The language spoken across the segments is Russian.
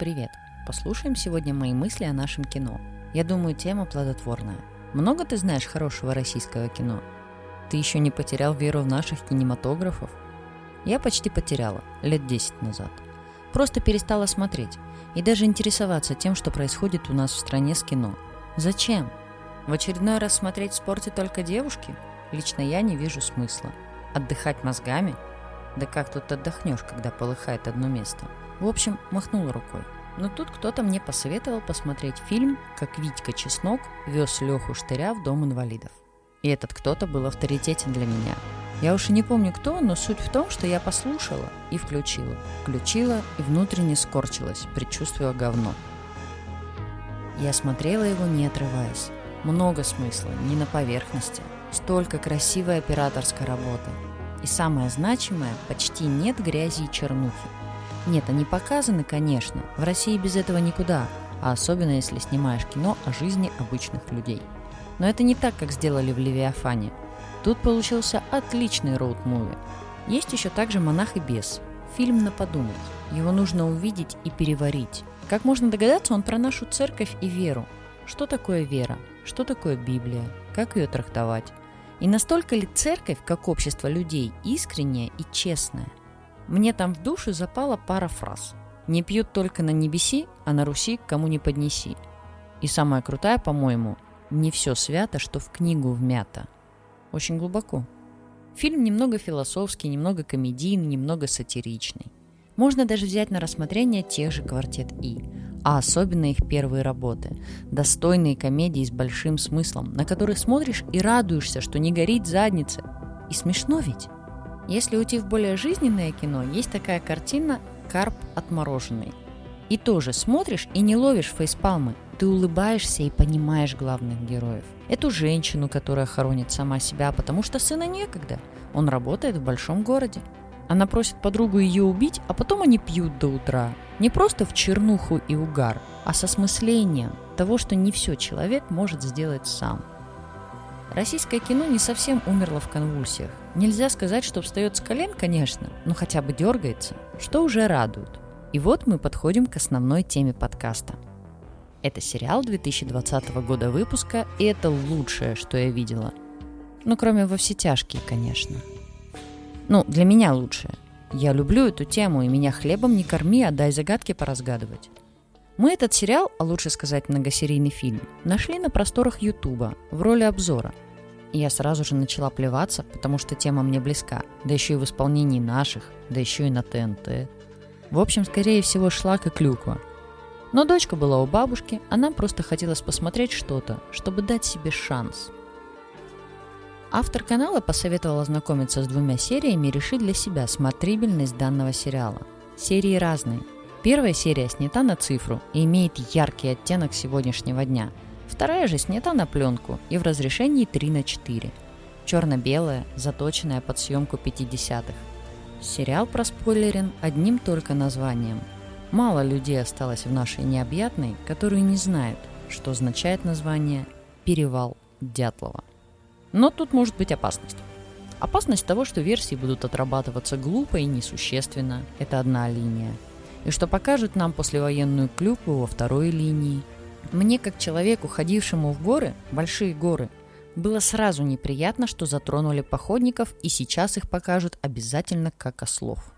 Привет! Послушаем сегодня мои мысли о нашем кино. Я думаю, тема плодотворная. Много ты знаешь хорошего российского кино? Ты еще не потерял веру в наших кинематографов? Я почти потеряла, лет 10 назад. Просто перестала смотреть и даже интересоваться тем, что происходит у нас в стране с кино. Зачем? В очередной раз смотреть в спорте только девушки? Лично я не вижу смысла. Отдыхать мозгами? Да как тут отдохнешь, когда полыхает одно место? В общем, махнула рукой. Но тут кто-то мне посоветовал посмотреть фильм, как Витька Чеснок вез Леху Штыря в дом инвалидов. И этот кто-то был авторитетен для меня. Я уж и не помню кто, но суть в том, что я послушала и включила. Включила и внутренне скорчилась, предчувствуя говно. Я смотрела его, не отрываясь. Много смысла, не на поверхности. Столько красивой операторской работы. И самое значимое, почти нет грязи и чернухи. Нет, они показаны, конечно, в России без этого никуда, а особенно если снимаешь кино о жизни обычных людей. Но это не так, как сделали в «Левиафане». Тут получился отличный роуд-муви. Есть еще также «Монах и бес». Фильм на подумать. Его нужно увидеть и переварить. Как можно догадаться, он про нашу церковь и веру. Что такое вера? Что такое Библия? Как ее трактовать? И настолько ли церковь, как общество людей, искренняя и честная? Мне там в душу запала пара фраз. «Не пьют только на небеси, а на Руси кому не поднеси». И самая крутая, по-моему, «Не все свято, что в книгу вмято». Очень глубоко. Фильм немного философский, немного комедийный, немного сатиричный. Можно даже взять на рассмотрение тех же «Квартет И», а особенно их первые работы. Достойные комедии с большим смыслом, на которые смотришь и радуешься, что не горит задница. И смешно ведь? Если уйти в более жизненное кино, есть такая картина «Карп отмороженный». И тоже смотришь и не ловишь фейспалмы. Ты улыбаешься и понимаешь главных героев. Эту женщину, которая хоронит сама себя, потому что сына некогда. Он работает в большом городе. Она просит подругу ее убить, а потом они пьют до утра. Не просто в чернуху и угар, а с осмыслением того, что не все человек может сделать сам. Российское кино не совсем умерло в конвульсиях. Нельзя сказать, что встает с колен, конечно, но хотя бы дергается, что уже радует. И вот мы подходим к основной теме подкаста. Это сериал 2020 года выпуска, и это лучшее, что я видела. Ну, кроме «Во все тяжкие», конечно. Ну, для меня лучшее. Я люблю эту тему, и меня хлебом не корми, а дай загадки поразгадывать. Мы этот сериал, а лучше сказать многосерийный фильм, нашли на просторах Ютуба в роли обзора. И я сразу же начала плеваться, потому что тема мне близка, да еще и в исполнении наших, да еще и на ТНТ. В общем, скорее всего, шлак и клюква. Но дочка была у бабушки, а нам просто хотелось посмотреть что-то, чтобы дать себе шанс. Автор канала посоветовал ознакомиться с 2 сериями и решить для себя смотрибельность данного сериала. Серии разные. Первая серия снята на цифру и имеет яркий оттенок сегодняшнего дня. Вторая же снята на пленку и в разрешении 3:4. Черно-белая, заточенная под съемку 50-х. Сериал проспойлерен одним только названием. Мало людей осталось в нашей необъятной, которые не знают, что означает название «Перевал Дятлова». Но тут может быть опасность. Опасность того, что версии будут отрабатываться глупо и несущественно. Это одна линия. И что покажут нам послевоенную клюкву во второй линии. Мне, как человеку, ходившему в горы, большие горы, было сразу неприятно, что затронули походников, и сейчас их покажут обязательно как ослов.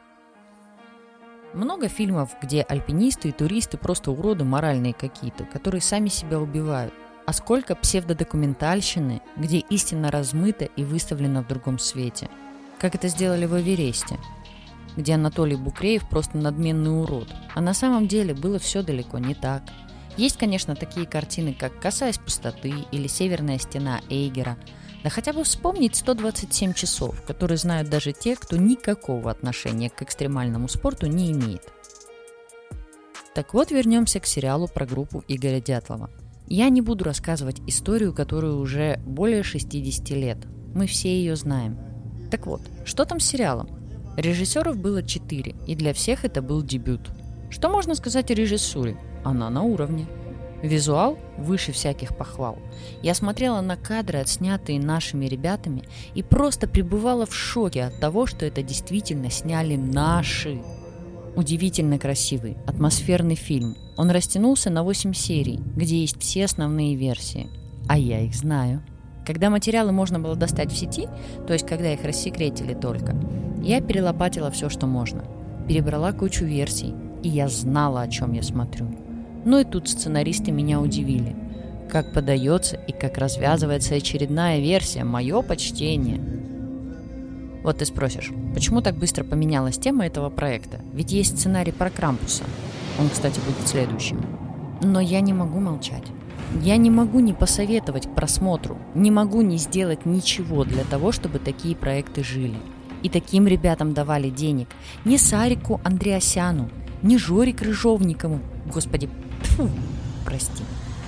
Много фильмов, где альпинисты и туристы просто уроды моральные какие-то, которые сами себя убивают. А сколько псевдодокументальщины, где истина размыта и выставлена в другом свете. Как это сделали в «Эвересте», где Анатолий Букреев просто надменный урод. А на самом деле было все далеко не так. Есть, конечно, такие картины, как «Касаясь пустоты» или «Северная стена» Эйгера. Да хотя бы вспомнить 127 часов, которые знают даже те, кто никакого отношения к экстремальному спорту не имеет. Так вот, вернемся к сериалу про группу Игоря Дятлова. Я не буду рассказывать историю, которую уже более 60 лет. Мы все ее знаем. Так вот, что там с сериалом? Режиссеров было 4, и для всех это был дебют. Что можно сказать о режиссуре? Она на уровне. Визуал выше всяких похвал. Я смотрела на кадры, отснятые нашими ребятами, и просто пребывала в шоке от того, что это действительно сняли наши. Удивительно красивый, атмосферный фильм. Он растянулся на 8 серий, где есть все основные версии. А я их знаю. Когда материалы можно было достать в сети, то есть когда их рассекретили только, я перелопатила все, что можно. Перебрала кучу версий, и я знала, о чем я смотрю. Но и тут сценаристы меня удивили. Как подается и как развязывается очередная версия, мое почтение. Вот ты спросишь, почему так быстро поменялась тема этого проекта? Ведь есть сценарий про Крампуса. Он, кстати, будет следующим. Но я не могу молчать. Я не могу не посоветовать к просмотру. Не могу не сделать ничего для того, чтобы такие проекты жили. И таким ребятам давали денег. Не Сарику Андреасяну, не Жоре Крыжовникову. Господи, тьфу, прости.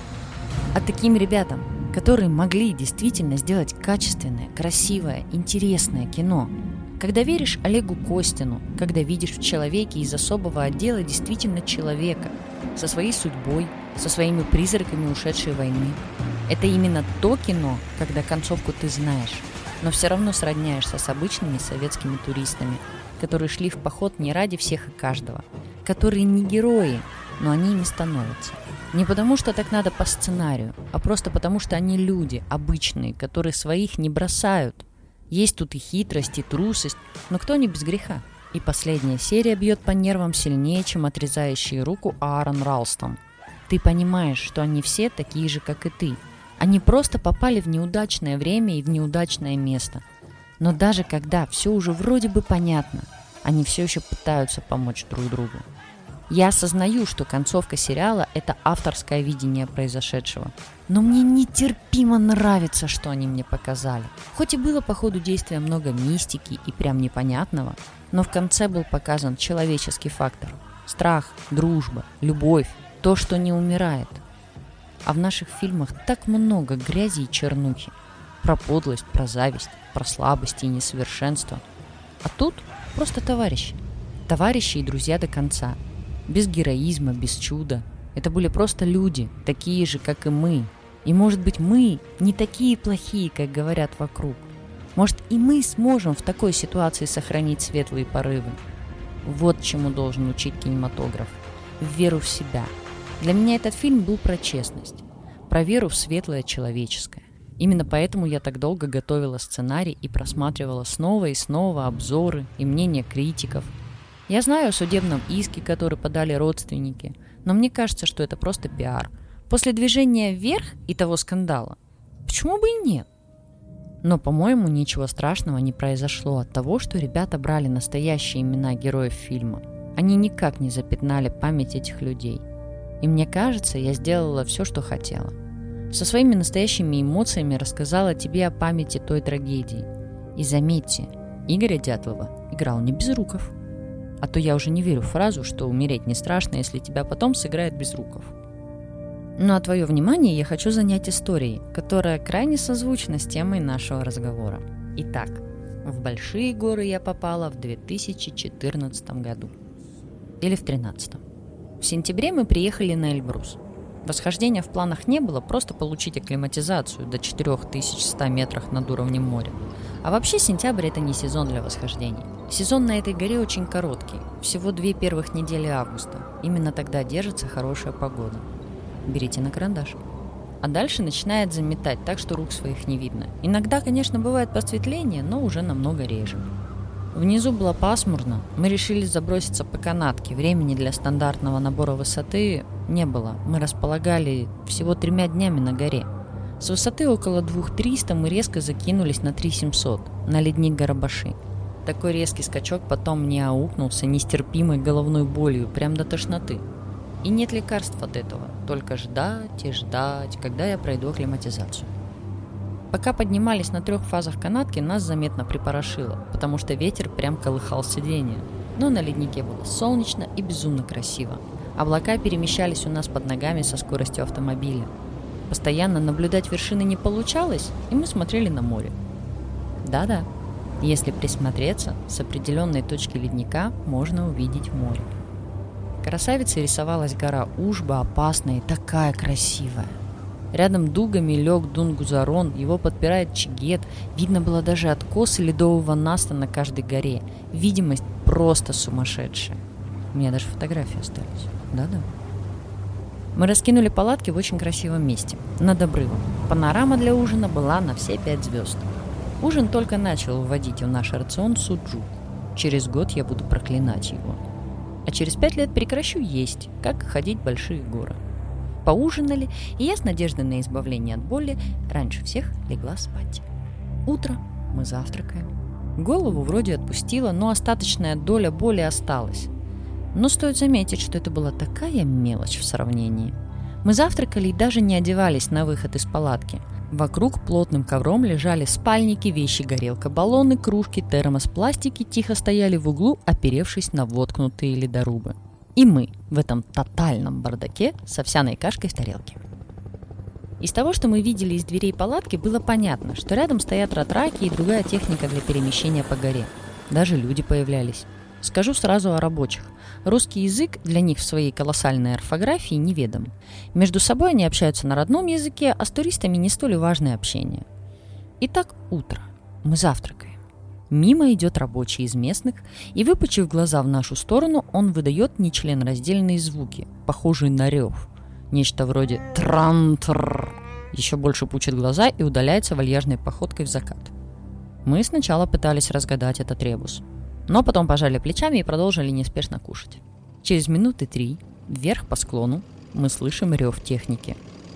А таким ребятам, которые могли действительно сделать качественное, красивое, интересное кино. Когда веришь Олегу Костину, когда видишь в человеке из особого отдела действительно человека, со своей судьбой, со своими призраками ушедшей войны. Это именно то кино, когда концовку ты знаешь, но все равно сродняешься с обычными советскими туристами, которые шли в поход не ради всех и каждого, которые не герои, но они ими становятся. Не потому, что так надо по сценарию, а просто потому, что они люди, обычные, которые своих не бросают. Есть тут и хитрость, и трусость, но кто не без греха? И последняя серия бьет по нервам сильнее, чем отрезающий руку Аарон Ралстон. Ты понимаешь, что они все такие же, как и ты. Они просто попали в неудачное время и в неудачное место. Но даже когда все уже вроде бы понятно, они все еще пытаются помочь друг другу. Я осознаю, что концовка сериала – это авторское видение произошедшего. Но мне нетерпимо нравится, что они мне показали. Хоть и было по ходу действия много мистики и прям непонятного, но в конце был показан человеческий фактор. Страх, дружба, любовь, то, что не умирает. А в наших фильмах так много грязи и чернухи. Про подлость, про зависть, про слабости и несовершенство. А тут просто товарищи. Товарищи и друзья до конца. Без героизма, без чуда. Это были просто люди, такие же, как и мы. И, может быть, мы не такие плохие, как говорят вокруг. Может, и мы сможем в такой ситуации сохранить светлые порывы. Вот чему должен учить кинематограф. Веру в себя. Для меня этот фильм был про честность. Про веру в светлое человеческое. Именно поэтому я так долго готовила сценарий и просматривала снова и снова обзоры и мнения критиков. Я знаю о судебном иске, который подали родственники, но мне кажется, что это просто пиар. После движения вверх и того скандала, почему бы и нет? Но, по-моему, ничего страшного не произошло от того, что ребята брали настоящие имена героев фильма. Они никак не запятнали память этих людей. И мне кажется, я сделала все, что хотела. Со своими настоящими эмоциями рассказала тебе о памяти той трагедии. И заметьте, Игоря Дятлова играл не Безруков. А то я уже не верю в фразу, что умереть не страшно, если тебя потом сыграет Безруков. Ну а твое внимание я хочу занять историей, которая крайне созвучна с темой нашего разговора. Итак, в большие горы я попала в 2014 году. Или в 2013. В сентябре мы приехали на Эльбрус. Восхождения в планах не было, просто получить акклиматизацию до 4100 метрах над уровнем моря. А вообще сентябрь – это не сезон для восхождений. Сезон на этой горе очень короткий, всего 2 первых недели августа. Именно тогда держится хорошая погода. Берите на карандаш. А дальше начинает заметать, так что рук своих не видно. Иногда, конечно, бывает просветление, но уже намного реже. Внизу было пасмурно, мы решили заброситься по канатке. Времени для стандартного набора высоты не было. Мы располагали всего 3 днями на горе. С высоты около 2300 мы резко закинулись на 3700, на ледник Горобаши. Такой резкий скачок потом мне аукнулся нестерпимой головной болью, прям до тошноты. И нет лекарств от этого, только ждать и ждать, когда я пройду акклиматизацию. Пока поднимались на 3 фазах канатки, нас заметно припорошило, потому что ветер прям колыхал сиденье. Но на леднике было солнечно и безумно красиво. Облака перемещались у нас под ногами со скоростью автомобиля. Постоянно наблюдать вершины не получалось, и мы смотрели на море. Да-да, если присмотреться, с определенной точки ледника можно увидеть море. Красавицей рисовалась гора Ужба, опасная и такая красивая. Рядом дугами лег Дунгузарон, его подпирает Чигет, видно было даже откосы ледового наста на каждой горе. Видимость просто сумасшедшая. У меня даже фотографии остались. Да-да. Мы раскинули палатки в очень красивом месте, над обрывом. Панорама для ужина была на все 5 звезд. Ужин только начал вводить в наш рацион суджук. Через год я буду проклинать его. А через 5 лет прекращу есть, как ходить в большие горы. Поужинали, и я с надеждой на избавление от боли раньше всех легла спать. Утро, мы завтракаем. Голову вроде отпустила, но остаточная доля боли осталась. Но стоит заметить, что это была такая мелочь в сравнении. Мы завтракали и даже не одевались на выход из палатки. Вокруг плотным ковром лежали спальники, вещи, горелка, баллоны, кружки, термос, пластики тихо стояли в углу, оперевшись на воткнутые ледорубы. И мы в этом тотальном бардаке с овсяной кашкой в тарелке. Из того, что мы видели из дверей палатки, было понятно, что рядом стоят ратраки и другая техника для перемещения по горе. Даже люди появлялись. Скажу сразу о рабочих. Русский язык для них в своей колоссальной орфографии неведом. Между собой они общаются на родном языке, а с туристами не столь важное общение. Итак, утро. Мы завтракаем. Мимо идет рабочий из местных, и, выпучив глаза в нашу сторону, он выдает нечленораздельные звуки, похожие на рев. Нечто вроде «тран-тр». Еще больше пучит глаза и удаляется вальяжной походкой в закат. Мы сначала пытались разгадать этот ребус, но потом пожали плечами и продолжили неспешно кушать. Через минуты 3, вверх по склону, мы слышим рев техники.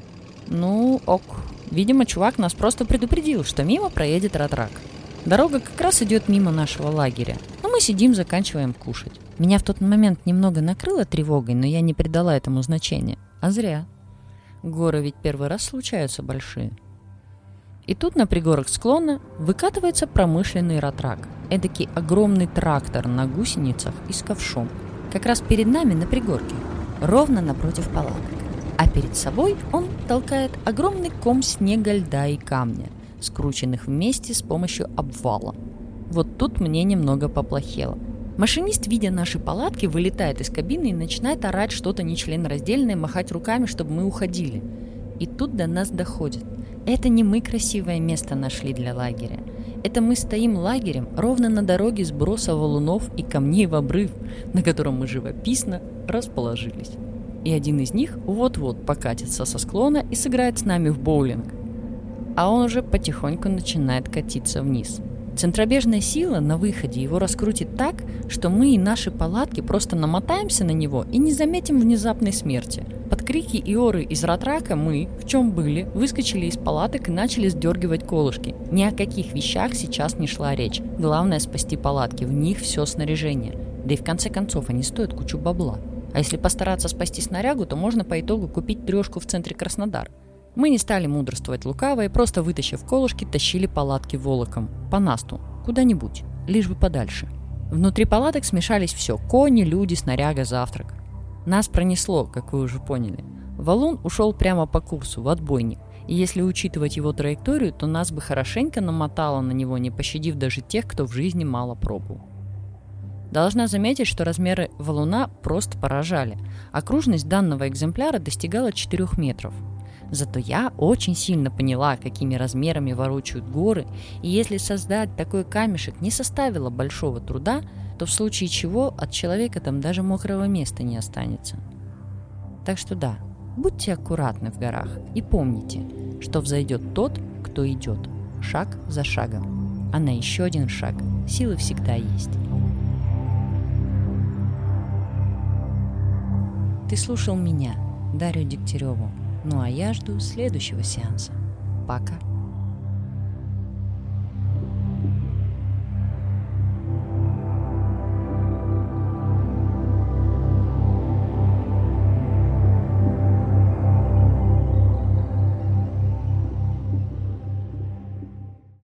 Ну, ок. Видимо, чувак нас просто предупредил, что мимо проедет ратрак. Дорога как раз идет мимо нашего лагеря, но мы сидим, заканчиваем кушать. Меня в тот момент немного накрыло тревогой, но я не придала этому значения. А зря. Горы ведь первый раз случаются большие. И тут на пригорок склона выкатывается промышленный ратрак. Эдакий огромный трактор на гусеницах и с ковшом. Как раз перед нами на пригорке, ровно напротив палаток. А перед собой он толкает огромный ком снега, льда и камня, скрученных вместе с помощью обвала. Вот тут мне немного поплохело. Машинист, видя наши палатки, вылетает из кабины и начинает орать что-то нечленораздельное, махать руками, чтобы мы уходили. И тут до нас доходит. Это не мы красивое место нашли для лагеря. Это мы стоим лагерем ровно на дороге сброса валунов и камней в обрыв, на котором мы живописно расположились. И один из них вот-вот покатится со склона и сыграет с нами в боулинг. А он уже потихоньку начинает катиться вниз. Центробежная сила на выходе его раскрутит так, что мы и наши палатки просто намотаемся на него и не заметим внезапной смерти. Под крики и оры из ратрака мы, в чем были, выскочили из палаток и начали сдергивать колышки. Ни о каких вещах сейчас не шла речь. Главное спасти палатки, в них все снаряжение. Да и в конце концов они стоят кучу бабла. А если постараться спасти снарягу, то можно по итогу купить трешку в центре Краснодара. Мы не стали мудрствовать лукаво и просто, вытащив колышки, тащили палатки волоком. По насту. Куда-нибудь. Лишь бы подальше. Внутри палаток смешались все. Кони, люди, снаряга, завтрак. Нас пронесло, как вы уже поняли. Валун ушел прямо по курсу, в отбойник. И если учитывать его траекторию, то нас бы хорошенько намотало на него, не пощадив даже тех, кто в жизни мало пробовал. Должна заметить, что размеры валуна просто поражали. Окружность данного экземпляра достигала 4 метров. Зато я очень сильно поняла, какими размерами ворочают горы, и если создать такой камешек не составило большого труда, то в случае чего от человека там даже мокрого места не останется. Так что да, будьте аккуратны в горах и помните, что взойдет тот, кто идет, шаг за шагом. А на еще один шаг силы всегда есть. Ты слушал меня, Дарью Дегтяреву. Ну а я жду следующего сеанса. Пока.